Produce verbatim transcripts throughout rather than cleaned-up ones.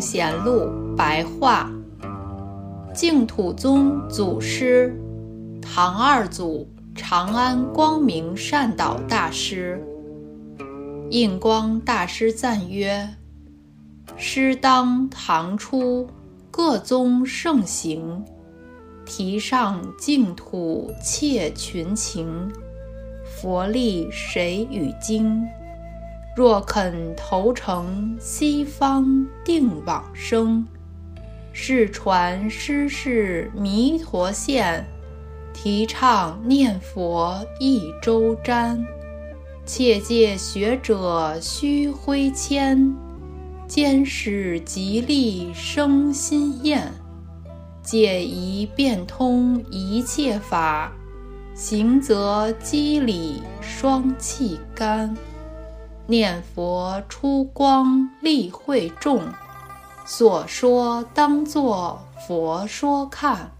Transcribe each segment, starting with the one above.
显录白话。净土宗祖师，唐二祖长安光明善导大师。印光大师赞曰：师当唐初各宗盛行，提倡净土切群情，佛力谁与经？若肯投诚西方定往生，世传师事弥陀现，提倡念佛一周瞻。切戒学者须挥谦，兼使吉利生心厌。戒疑变通一切法，行则机理双气干。念佛出光力会众，所说当作佛说看。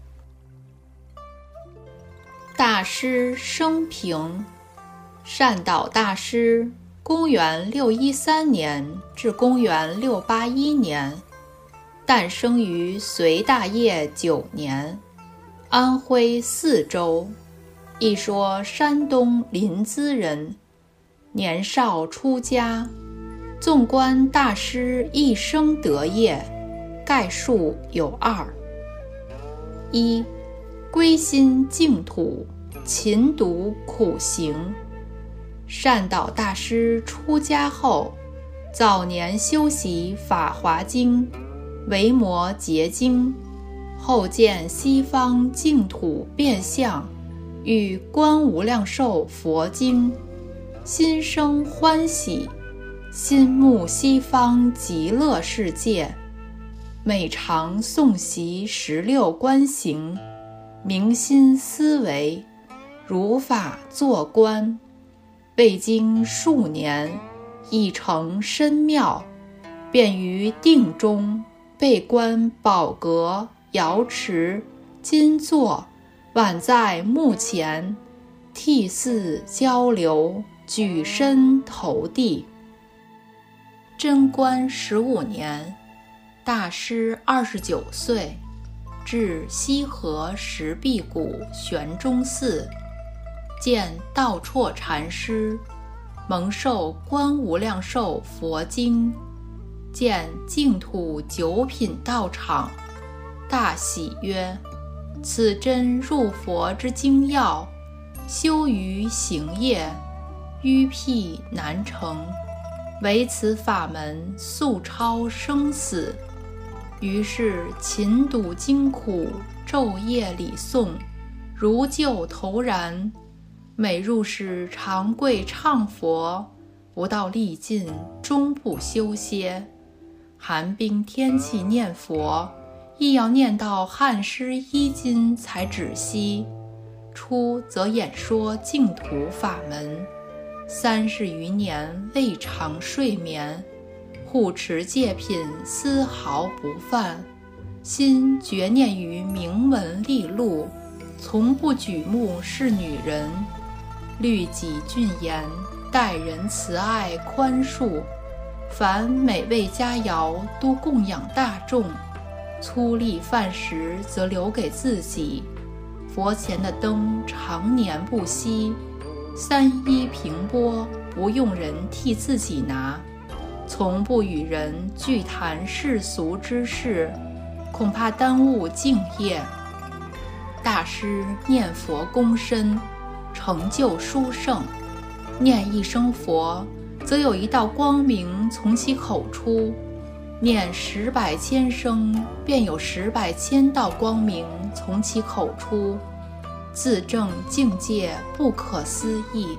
大师生平。善导大师公元六一三年至公元六八一年，诞生于隋大业九年，安徽泗州，一说山东临淄人。年少出家，纵观大师一生得业，概述有二：一、归心净土，勤读苦行。善导大师出家后，早年修习《法华经》、维摩诘经，后见西方净土变相与观无量寿佛经，心生欢喜，心慕西方极乐世界，每常诵习十六观行，明心思维，如法作观。未经数年，已成深妙，便于定中被观宝阁、瑶池、金座，宛在目前，涕泗交流，举身投地。贞观十五年，大师二十九岁，至西河石壁谷玄中寺，见道绰禅师，蒙受观无量寿佛经，见净土九品道场，大喜曰：此真入佛之精要，修于行业，迂辟难成，唯此法门速超生死。于是勤读经苦，昼夜礼诵，如旧投然。每入室常跪唱佛，不到历尽终不休歇。寒冰天气念佛，亦要念到汗湿衣襟才止息。初则演说净土法门，三十余年未尝睡眠，护持戒品丝毫不犯，心决念于明文利禄，从不举目视女人。律己俊颜，待人慈爱宽恕，凡美味佳肴都供养大众，粗粝饭食则留给自己。佛前的灯常年不熄，三衣平钵不用人替自己拿，从不与人聚谈世俗之事，恐怕耽误敬业。大师念佛功深，成就殊胜，念一声佛，则有一道光明从其口出；念十百千声，便有十百千道光明从其口出，自证境界不可思议。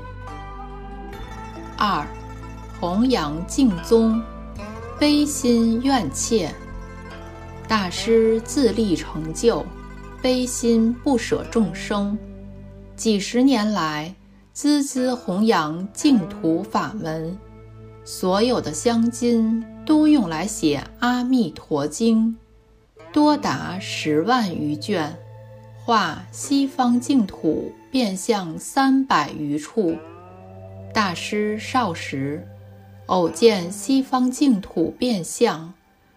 二、弘扬净宗，悲心愿切。大师自立成就，悲心不舍众生，几十年来孜孜弘扬净土法门，所有的香金都用来写《阿弥陀经》，多达十万余卷，画西方净土变相三百余处。大师少时偶见西方净土变相，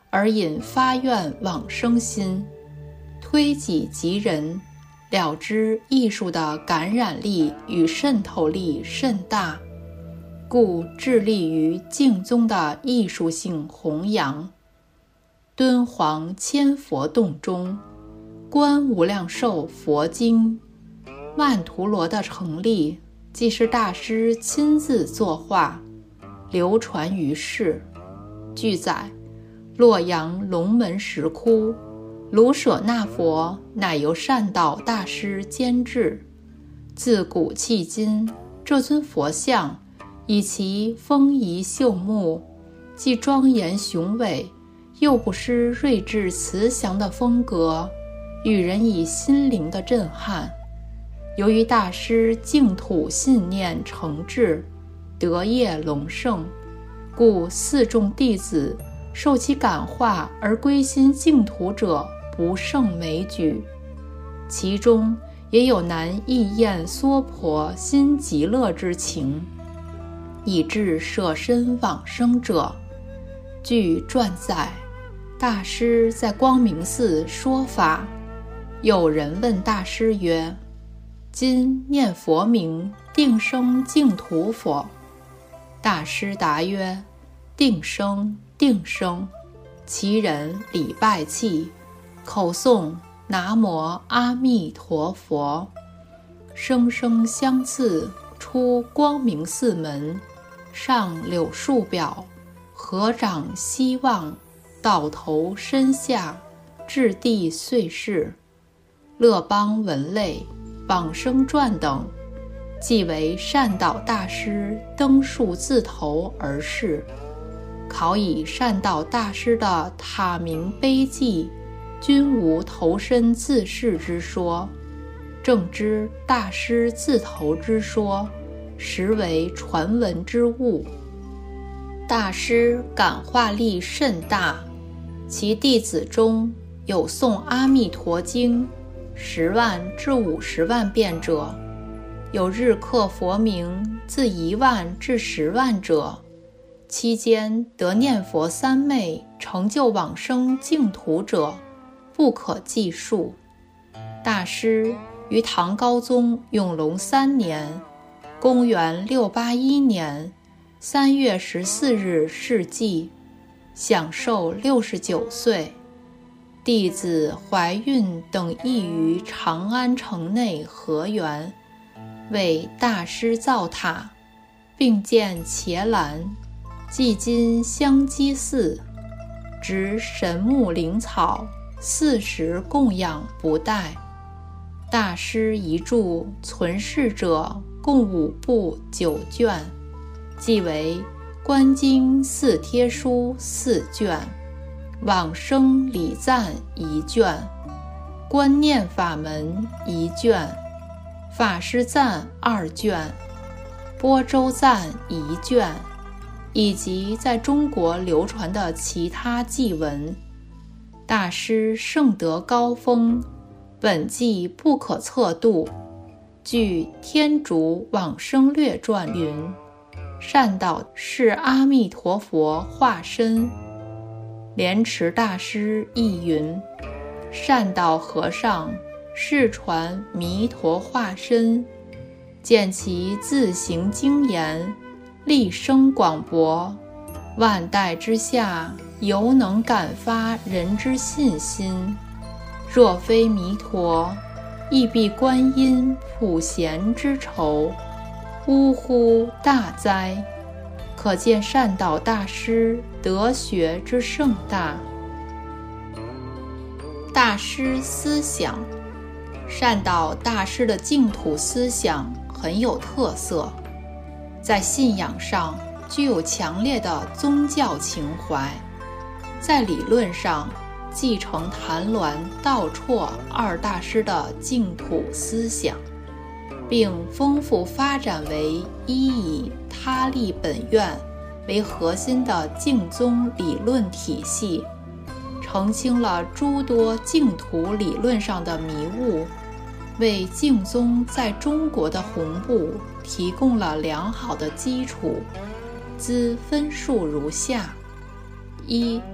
而引发愿往生心，推己及人，了知艺术的感染力与渗透力甚大，故致力于净宗的艺术性弘扬。敦煌千佛洞中，观无量寿佛经曼陀罗的成立，即是大师亲自作画，流传于世。据载，洛阳龙门石窟卢舍那佛乃由善导大师监制。自古迄今，这尊佛像以其丰仪秀目，既庄严雄伟，又不失睿智慈祥的风格，予人以心灵的震撼。由于大师净土信念诚挚，德业隆盛，故四众弟子受其感化而归心净土者不胜枚举，其中也有难忆厌娑婆心极乐之情，以致舍身往生者。据传载，大师在光明寺说法，有人问大师曰：今念佛名，定生净土否？大师答曰：定生，定生。其人礼拜泣，口诵南无阿弥陀佛，生生相次，出光明寺门，上柳树表，合掌希望，倒头身下，掷地碎世。勒邦文类、往生传等，即为善导大师登树自投而逝。考以善导大师的塔名碑记，均无投身自世之说，正知大师自投之说，实为传闻之物。大师感化力甚大，其弟子中有诵阿弥陀经十万至五十万遍者，有日刻佛名自一万至十万者，期间得念佛三昧成就往生净土者不可计数。大师于唐高宗永隆三年，公元六八一年三月十四日逝纪，享寿六十九岁。弟子怀孕等亦于长安城内合园，为大师造塔，并建伽蓝，即今香积寺，植神木灵草，四时供养不怠。大师遗著存世者共五部九卷，即为观经四帖书四卷，往生礼赞一卷，观念法门一卷，法师赞二卷，波州赞一卷，以及在中国流传的其他记文。大师圣德高峰，本纪不可测度。据《天竺往生略传》云，善导是阿弥陀佛化身。莲池大师亦云，善导和尚世传弥陀化身，见其自行精研，立声广博，万代之下犹能感发人之信心。若非弥陀，亦必观音普贤之仇，呜呼大哉！可见善导大师德学之盛大。大师思想，善导大师的净土思想很有特色，在信仰上具有强烈的宗教情怀，在理论上继承谭鸾、道绰二大师的净土思想，并丰富发展为一以他立本愿为核心的净宗理论体系，澄清了诸多净土理论上的迷雾，为净宗在中国的弘布提供了良好的基础。兹分述如下：一、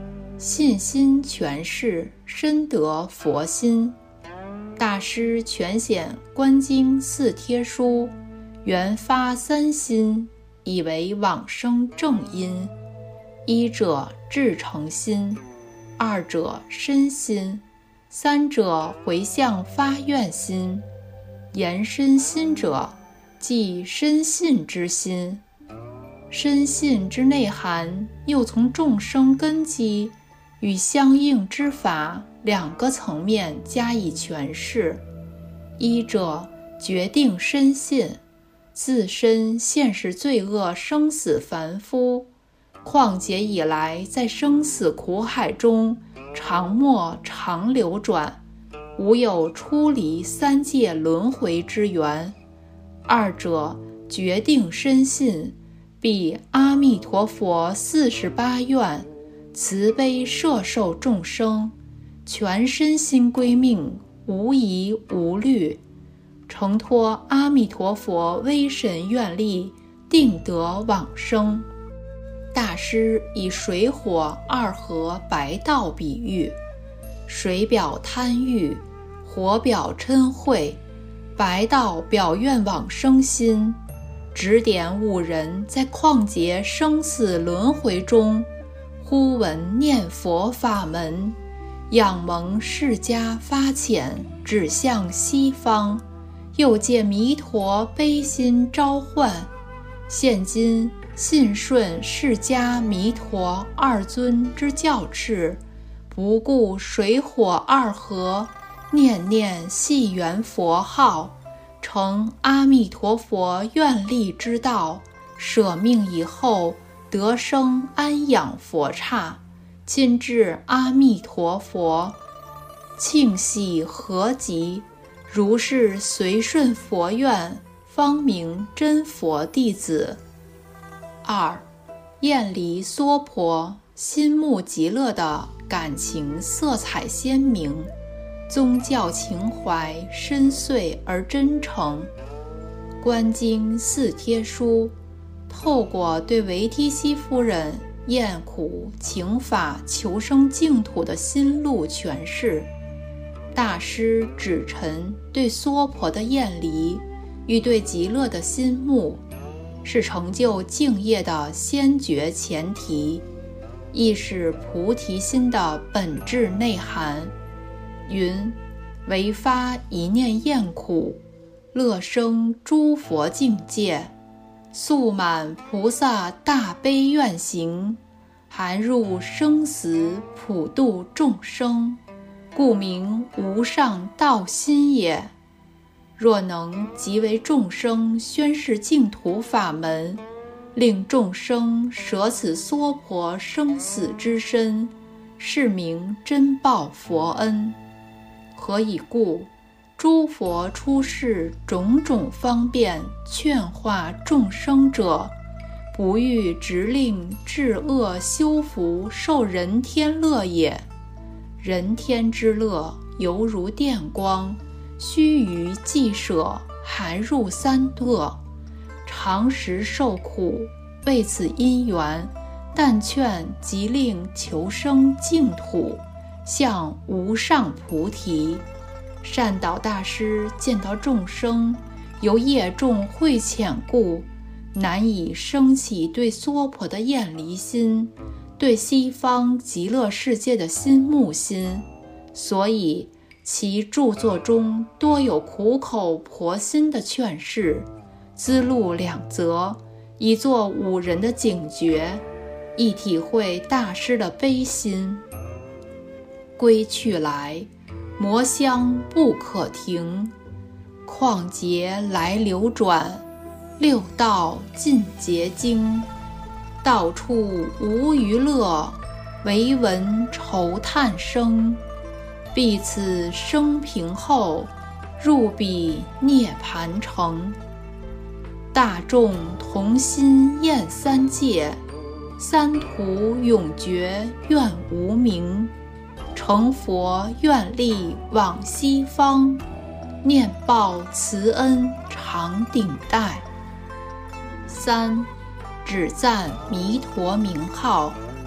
信心全释，深得佛心。大师全显观经四贴书，原发三心，以为往生正因。一者至诚心，二者身心，三者回向发愿心。言身心者，即深信之心。深信之内涵，又从众生根基与相应之法两个层面加以诠释。一者决定深信，自身现是罪恶生死凡夫，况且以来在生死苦海中常没常流转，无有出离三界轮回之缘。二者决定深信，必阿弥陀佛四十八愿慈悲摄受众生，全身心归命，无疑无虑，承托阿弥陀佛威神愿力，定得往生。大师以水火二合白道比喻，水表贪欲，火表嗔恚，白道表愿往生心，指点五人在旷劫生死轮回中忽闻念佛法门，仰蒙释迦发遣，指向西方，又见弥陀悲心召唤，现今信顺释迦弥陀二尊之教敕，不顾水火二合，念念系缘佛号，成阿弥陀佛愿力之道，舍命以后得生安养佛刹，亲至阿弥陀佛，庆喜何极！如是随顺佛愿，方名真佛弟子。二，厌离娑婆，心慕极乐的感情色彩鲜明，宗教情怀深邃而真诚。观经四贴书透过对维提西夫人厌苦情法求生净土的心路诠释，大师指陈对娑婆的厌离与对极乐的心慕，是成就净业的先决前提，亦是菩提心的本质内涵。云：唯发一念厌苦，乐生诸佛境界，速满菩萨大悲愿行，含入生死普度众生，故名无上道心也。若能即为众生宣示净土法门，令众生舍此娑婆生死之身，是名真报佛恩。何以故？诸佛出世种种方便劝化众生者，不欲直令至恶修福受人天乐也。人天之乐，犹如电光，须臾即舍，含入三恶，常时受苦，为此因缘，但劝即令求生净土，向无上菩提。善导大师见到众生由业重慧浅故，难以升起对娑婆的厌离心，对西方极乐世界的心慕心，所以其著作中多有苦口婆心的劝示，资录两则，以作五人的警觉，亦体会大师的悲心。归去来，魔香不可停，旷劫来流转，六道尽结晶，到处无余乐，唯闻愁叹声。必此生平后，入彼涅盘城。大众同心厌三界，三途永绝愿无明。成佛愿力往西方，念报慈恩常顶戴。三，只赞弥陀名号，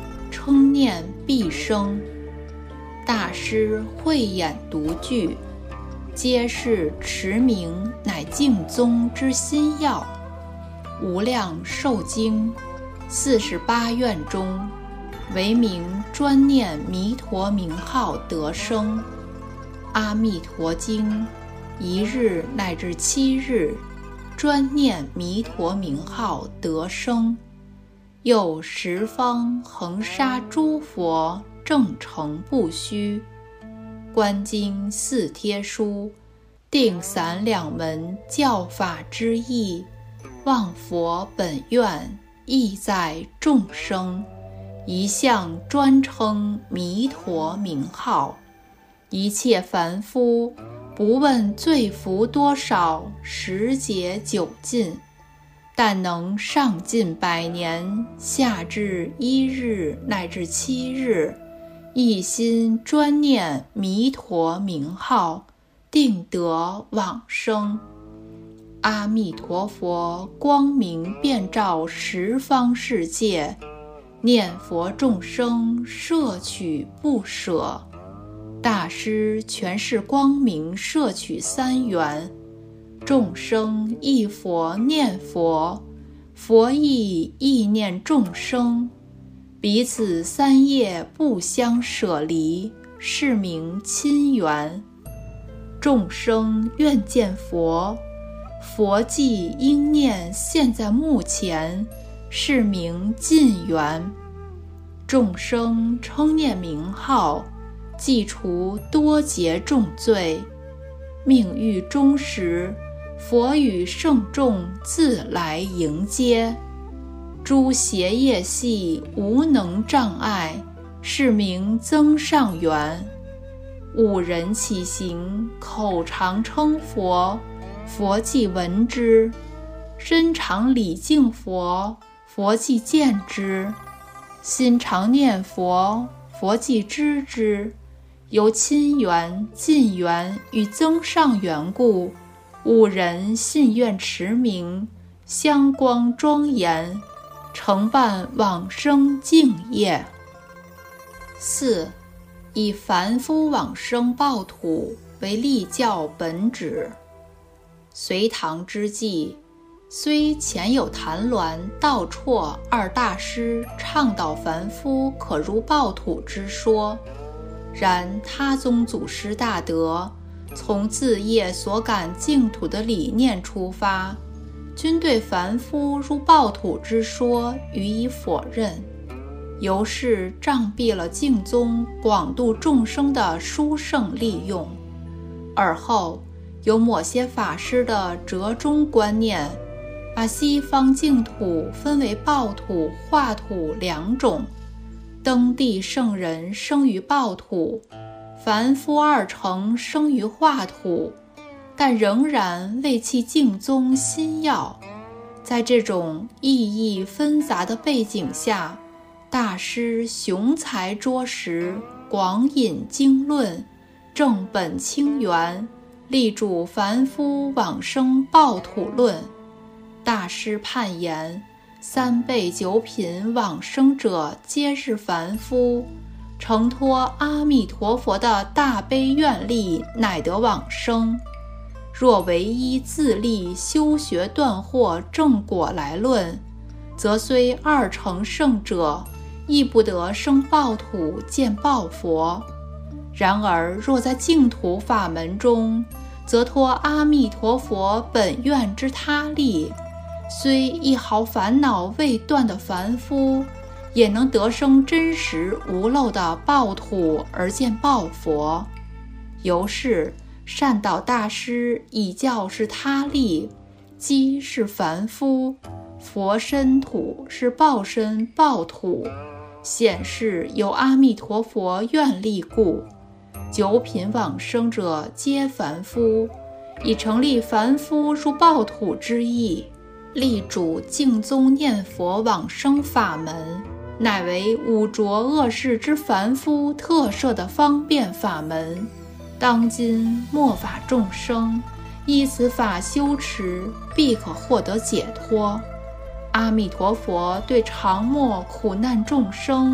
称念必生。大师慧眼独具，皆是持名乃净宗之心要。无量寿经四十八愿中，唯名专念弥陀名号得生。阿弥陀经一日乃至七日，专念弥陀名号得生。又十方恒沙诸佛正成不虚。观经四贴书，定散两门教法之意，望佛本愿意在众生，一向专称弥陀名号。一切凡夫不问罪福多少，时节久近，但能上尽百年，下至一日乃至七日，一心专念弥陀名号，定得往生。阿弥陀佛光明遍照十方世界，念佛众生摄取不舍。大师全是光明摄取三缘，众生忆佛念佛，佛亦忆念众生，彼此三业不相舍离，是名亲缘。众生愿见佛，佛既应念现在目前，是名近缘。众生称念名号，即除多劫重罪。命欲终时，佛与圣众自来迎接。诸邪业系无能障碍，是名增上缘。五人起行，口常称佛，佛既闻之；身常礼敬佛，佛既见之；心常念佛，佛既知之。由亲缘、近缘与增上缘故，五人信愿持名，香光庄严，承办往生净业。四、以凡夫往生报土为立教本旨。隋唐之际，虽前有谭鸾、道绰二大师倡导凡夫可入报土之说，然他宗祖师大德从自业所感净土的理念出发，均对凡夫入报土之说予以否认，由是障蔽了净宗广度众生的殊胜利用。而后有某些法师的折中观念，把西方净土分为报土、化土两种。登地圣人生于报土，凡夫二乘生于化土，但仍然为其净宗心要。在这种意义纷杂的背景下，大师雄才卓识，广引经论，正本清源，力主凡夫往生报土论。大师判言，三辈九品往生者皆是凡夫，承托阿弥陀佛的大悲愿力，乃得往生。若唯依自力修学断惑正果来论，则虽二乘圣者，亦不得生报土见报佛。然而若在净土法门中，则托阿弥陀佛本愿之他力，虽一毫烦恼未断的凡夫，也能得生真实无漏的报土而见报佛。由是善导大师以教是他力，机是凡夫，佛身土是报身报土，显示有阿弥陀佛愿力故。九品往生者皆凡夫，以成立凡夫入报土之意，力主净宗念佛往生法门，乃为五浊恶世之凡夫特设的方便法门。当今末法众生依此法修持，必可获得解脱。阿弥陀佛对常默苦难众生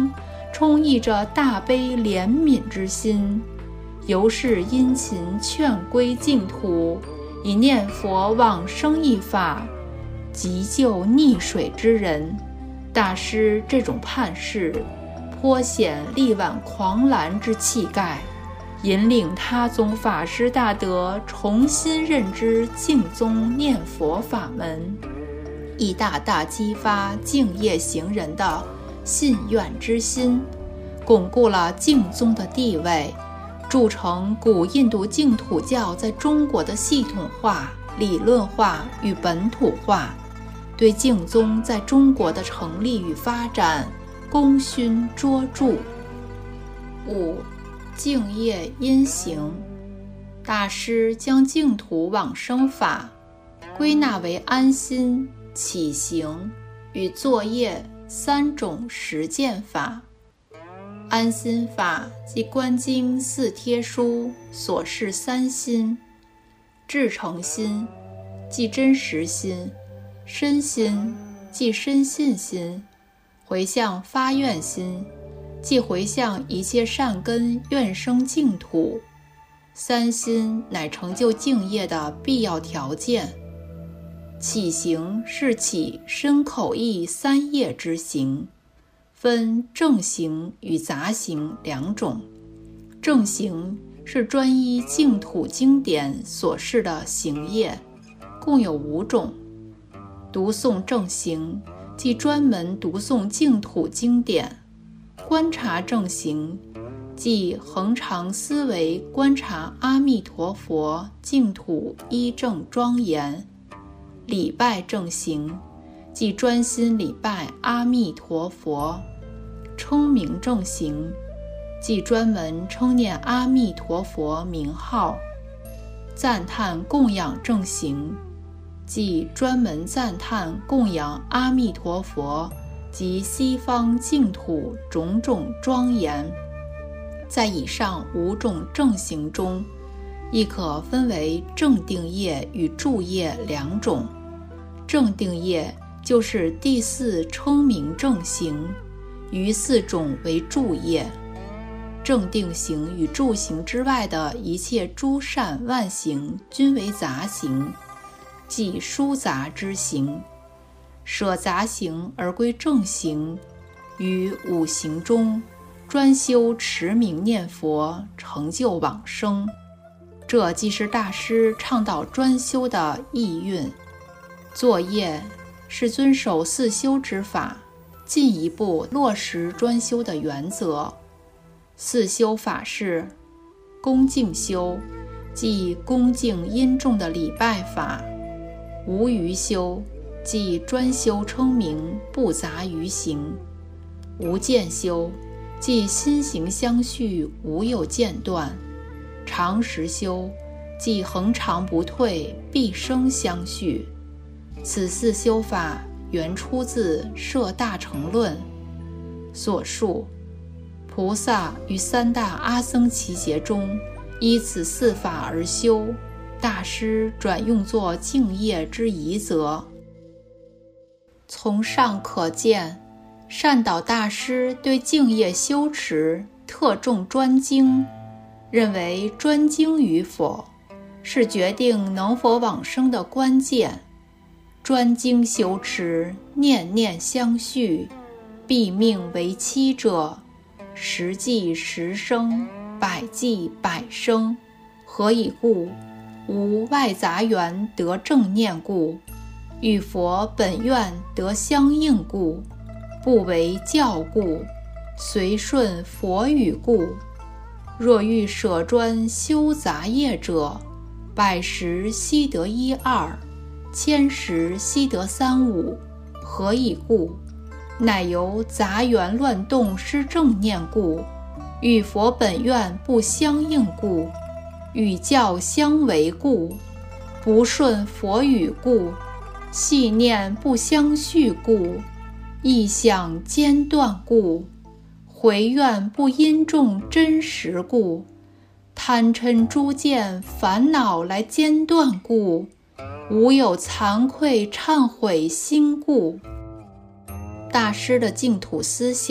充溢着大悲怜悯之心，由是殷勤劝归净土，以念佛往生一法，急救溺水之人。大师这种判示，颇显力挽狂澜之气概，引领他宗法师大德重新认知净宗念佛法门，亦大大激发净业行人的信愿之心，巩固了净宗的地位，铸成古印度净土教在中国的系统化、理论化与本土化，对净宗在中国的成立与发展功勋卓著。五、净业因行。大师将净土往生法归纳为安心、起行与作业三种实践法。安心法即观经四帖书所示三心：至诚心即真实心，身心即深信心，回向发愿心即回向一切善根愿生净土。三心乃成就净业的必要条件。起行是起身口意三业之行，分正行与杂行两种。正行是专依净土经典所示的行业，共有五种。读诵正行即专门读诵净土经典，观察正行即恒常思维观察阿弥陀佛净土一正庄严，礼拜正行即专心礼拜阿弥陀佛，称名正行即专门称念阿弥陀佛名号，赞叹供养正行即专门赞叹供养阿弥陀佛及西方净土种种庄严。在以上五种正行中，亦可分为正定业与助业两种。正定业就是第四称名正行，余四种为助业。正定行与助行之外的一切诸善万行均为杂行，即殊杂之行。舍杂行而归正行，于五行中专修持名念佛，成就往生。这即是大师倡导专修的意蕴。作业是遵守四修之法，进一步落实专修的原则。四修法是：恭敬修，即恭敬殷重的礼拜法；无余修，即专修称名，不杂于行；无间修，即心行相续，无有间断；常时修，即恒常不退，毕生相续。此四修法原出自《摄大乘论》所述。菩萨于三大阿僧祇劫中依此四法而修，大师转用作净业之仪则。从上可见，善导大师对净业修持特重专精，认为专精与否是决定能否往生的关键。专精修持，念念相续，必命为期者，十计十生，百计百生。何以故？无外杂缘得正念故，与佛本愿得相应故，不为教故，随顺佛语故。若欲舍专修杂业者，百十悉得一二，千十悉得三五。何以故？乃由杂缘乱动失正念故，与佛本愿不相应故，与教相违故，不顺佛语故，细念不相续故，意想间断故，回愿不因重真实故，贪嗔诸见烦恼来间断故，无有惭愧忏悔心故。大师的净土思想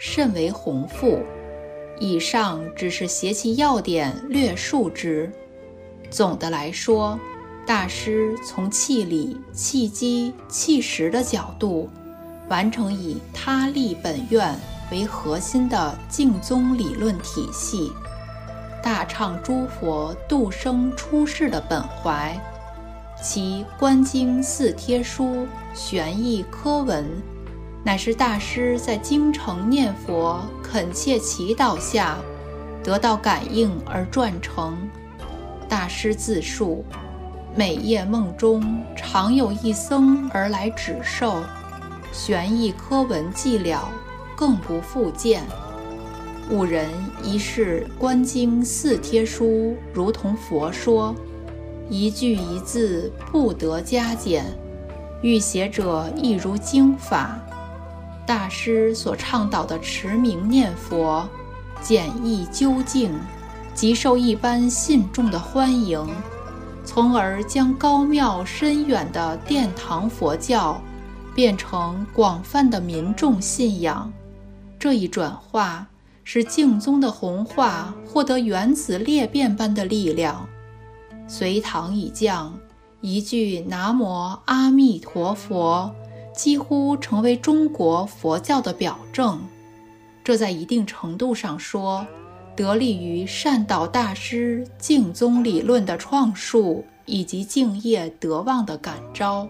甚为宏富。以上只是携其要点略述之。总的来说，大师从气理、气机、气实的角度，完成以他立本愿为核心的净宗理论体系，大畅诸佛度生出世的本怀。其观经四帖书、玄义科文，乃是大师在京城念佛恳切祈祷下得到感应而撰成。大师自述，每夜梦中常有一僧而来指授，玄义科文寂了，更不复见。五人疑是观经四帖书如同佛说，一句一字不得加减，欲写者亦如经法。大师所倡导的持名念佛，简易究竟，极受一般信众的欢迎，从而将高妙深远的殿堂佛教变成广泛的民众信仰。这一转化使净宗的弘化获得原子裂变般的力量。隋唐以降，一句南无阿弥陀佛几乎成为中国佛教的表证。这在一定程度上说，得力于善导大师净宗理论的创述以及敬业德望的感召。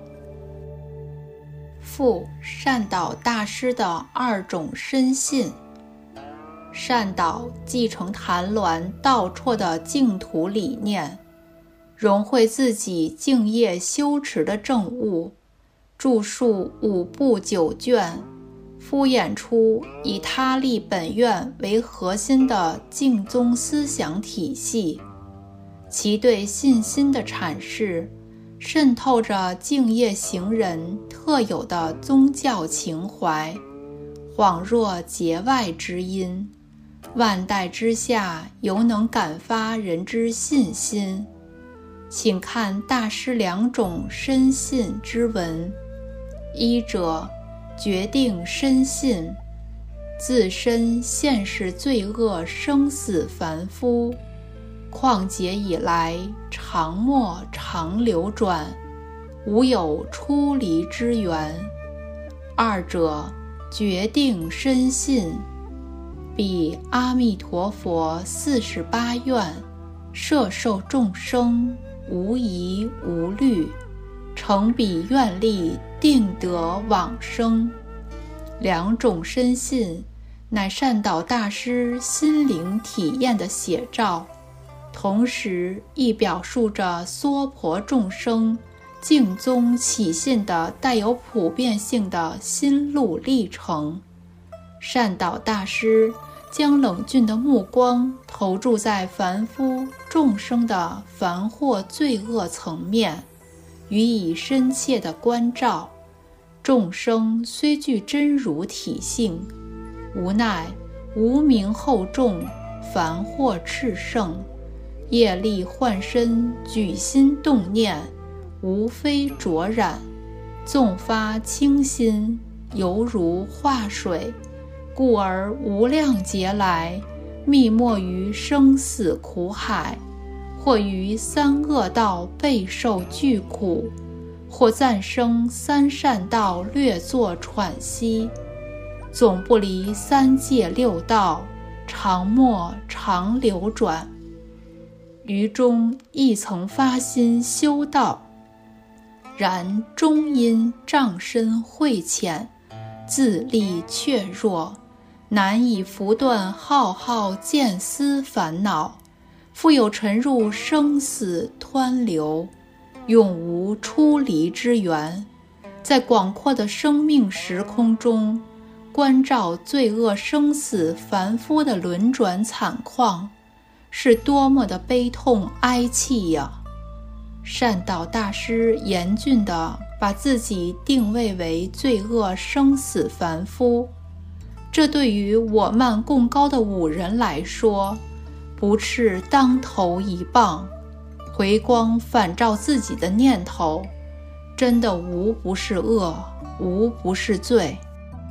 复善导大师的二种深信。善导继承谭鸾道绰的净土理念，融汇自己敬业修持的证悟，著述五部九卷，敷衍出以他立本愿为核心的净宗思想体系。其对信心的阐释，渗透着敬业行人特有的宗教情怀，恍若节外之音，万代之下犹能感发人之信心。请看大师两种深信之文。一者，决定深信自身现世罪恶生死凡夫，况劫以来常莫常流转，无有出离之缘。二者，决定深信彼阿弥陀佛四十八愿，摄受众生无疑无虑，成彼愿力定得往生。两种深信乃善导大师心灵体验的写照，同时亦表述着娑婆众生净宗起信的带有普遍性的心路历程。善导大师将冷峻的目光投注在凡夫众生的凡惑罪恶层面，予以深切的关照。众生虽具真如体性，无奈无明厚重，凡惑炽盛，业力幻身，举心动念，无非浊染，纵发清心，犹如化水，故而无量劫来密没于生死苦海，或于三恶道备受巨苦，或暂生三善道略作喘息，总不离三界六道，常没常流转。于中亦曾发心修道，然终因障深慧浅，自力怯弱，难以拂断浩浩见思烦恼，复有沉入生死湍流，永无出离之缘。在广阔的生命时空中，关照罪恶生死凡夫的轮转惨况，是多么的悲痛哀戚呀！善导大师严峻地把自己定位为罪恶生死凡夫，这对于我慢共高的五人来说，不啻当头一棒。回光返照自己的念头，真的无不是恶，无不是罪。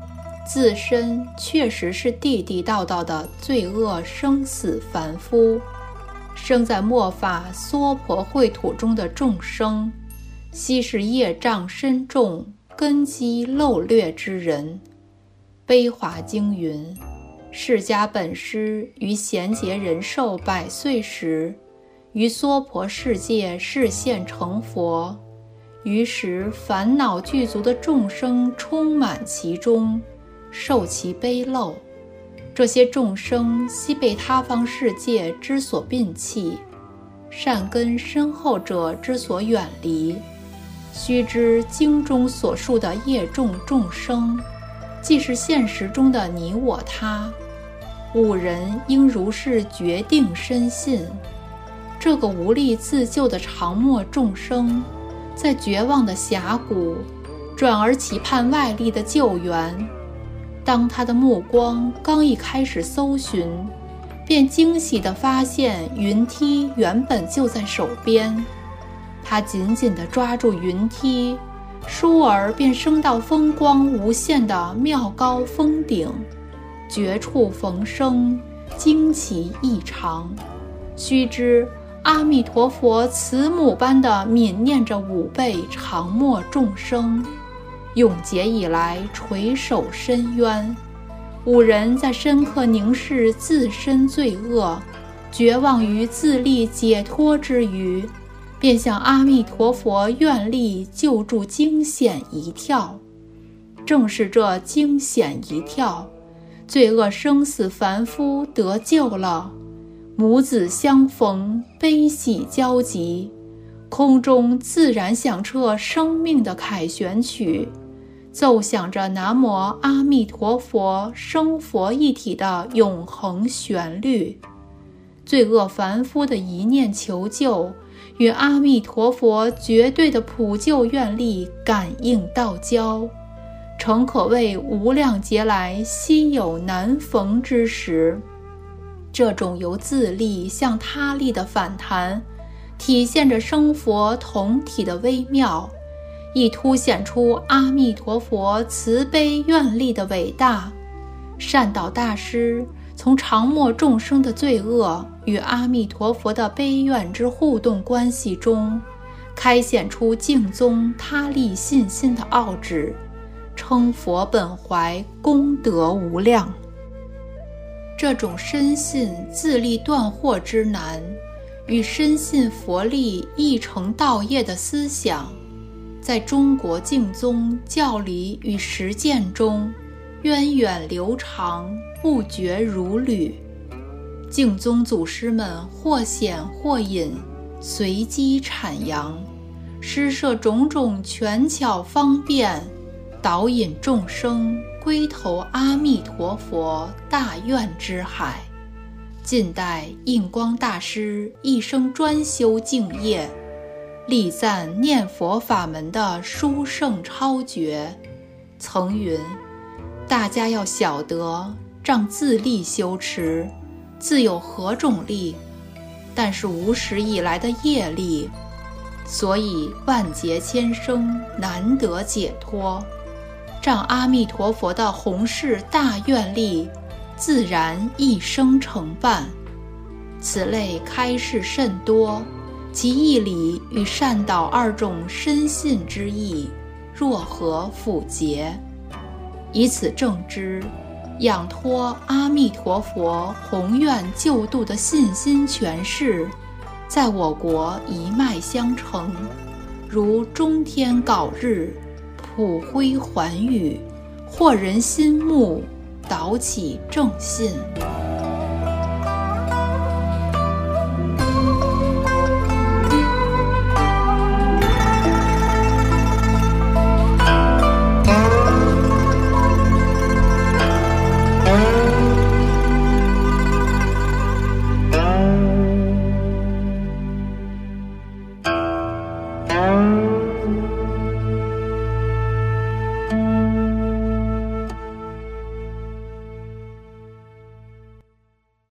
自身确实是地地道道的罪恶生死凡夫，生在末法娑婆秽土中的众生，悉是业障深重、根基漏略之人。悲华经云：释迦本师于贤劫人寿百岁时，于娑婆世界示现成佛，于时烦恼具足的众生充满其中，受其悲漏。这些众生悉被他方世界之所摒弃，善根深厚者之所远离。须知经中所述的业众众生，既是现实中的你我他，吾人应如是决定深信。这个无力自救的常默众生，在绝望的峡谷，转而期盼外力的救援。当他的目光刚一开始搜寻，便惊喜地发现云梯原本就在手边。他紧紧地抓住云梯，倏儿便升到风光无限的妙高峰顶，绝处逢生，惊奇异常。须知阿弥陀佛慈母般地悯念着五辈常默众生，永劫以来垂首深渊。五人在深刻凝视自身罪恶，绝望于自力解脱之余，便向阿弥陀佛愿力救助惊险一跳。正是这惊险一跳，罪恶生死凡夫得救了。母子相逢，悲喜交集，空中自然响彻生命的凯旋曲，奏响着南无阿弥陀佛生佛一体的永恒旋律。罪恶凡夫的一念求救，与阿弥陀佛绝对的普救愿力感应道交，诚可谓无量劫来稀有难逢之时。这种由自利向他利的反弹，体现着生佛同体的微妙，亦凸显出阿弥陀佛慈悲愿力的伟大。善导大师从常默众生的罪恶与阿弥陀佛的悲愿之互动关系中，开显出净宗他利信心的奥旨，称佛本怀功德无量。这种深信自力断惑之难，与深信佛力亦成道业的思想，在中国净宗教理与实践中源远流长，不绝如缕。净宗祖师们或显或隐，随机阐扬，施设种种权巧方便，导引众生归投阿弥陀佛大愿之海。近代印光大师一生专修净业，力赞念佛法门的殊胜超绝，曾云：大家要晓得，仗自力修持，自有何种力？但是无始以来的业力，所以万劫千生难得解脱。仗阿弥陀佛的弘誓大愿力，自然一生成办。此类开示甚多，其义理与善导二种深信之意，若何复结？以此正知，仰托阿弥陀佛宏愿救度的信心诠释，在我国一脉相承，如中天皋日，普辉寰宇，惑人心目，导起正信。